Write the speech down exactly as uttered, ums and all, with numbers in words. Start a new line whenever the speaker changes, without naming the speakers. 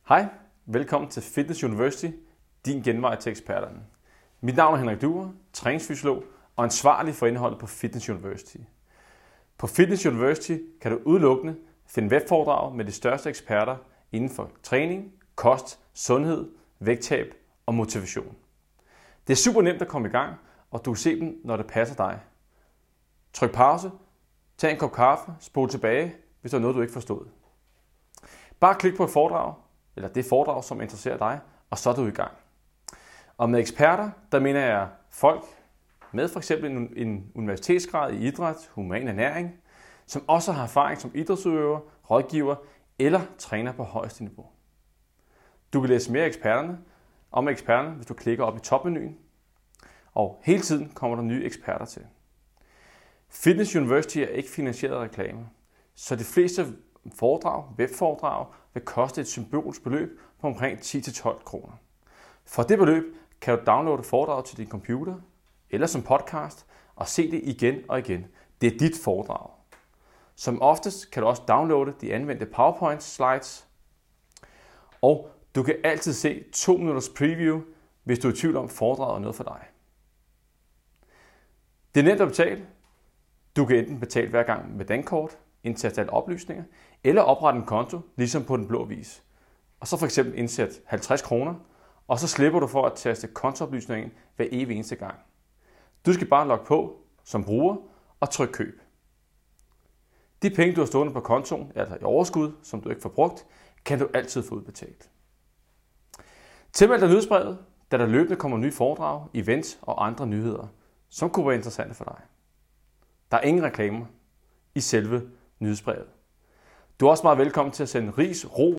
Hej, velkommen til Fitness University, din genvej til eksperterne. Mit navn er Henrik Duer, træningsfysiolog og ansvarlig for indholdet på Fitness University. På Fitness University kan du udelukkende finde webforedrag med de største eksperter inden for træning, kost, sundhed, vægttab og motivation. Det er super nemt at komme i gang, og du kan se dem, når det passer dig. Tryk pause, tag en kop kaffe, spol tilbage, hvis der er noget, du ikke forstod. Bare klik på et foredrag, eller det foredrag, som interesserer dig, og så er du i gang. Og med eksperter, der mener jeg folk med for eksempel en, en universitetsgrad i idræt, human ernæring, som også har erfaring som idrætsudøver, rådgiver eller træner på højeste niveau. Du kan læse mere eksperterne, om eksperterne, hvis du klikker op i topmenuen, og hele tiden kommer der nye eksperter til. Fitness University er ikke finansieret af reklame, så de fleste foredrag, webforedrag, vil koste et symbolsk beløb på omkring ti til tolv kroner. For det beløb kan du downloade foredraget til din computer eller som podcast og se det igen og igen. Det er dit foredrag. Som oftest kan du også downloade de anvendte PowerPoint slides, og du kan altid se to minutters preview, hvis du er i tvivl om foredraget er noget for dig. Det er nemt at betale. Du kan enten betale hver gang med dankort, indtaste alle oplysninger, eller oprette en konto, ligesom på den blå vis. Og så for eksempel indsæt halvtreds kroner, og så slipper du for at taste kontooplysningen hver evig eneste gang. Du skal bare logge på som bruger og trykke køb. De penge, du har stående på kontoen, altså i overskud, som du ikke får brugt, kan du altid få udbetalt. Tilmeld dig nyhedsbrevet, da der løbende kommer nye foredrag, events og andre nyheder, som kunne være interessante for dig. Der er ingen reklamer i selve nyhedsbrevet. Du er også meget velkommen til at sende ris, ros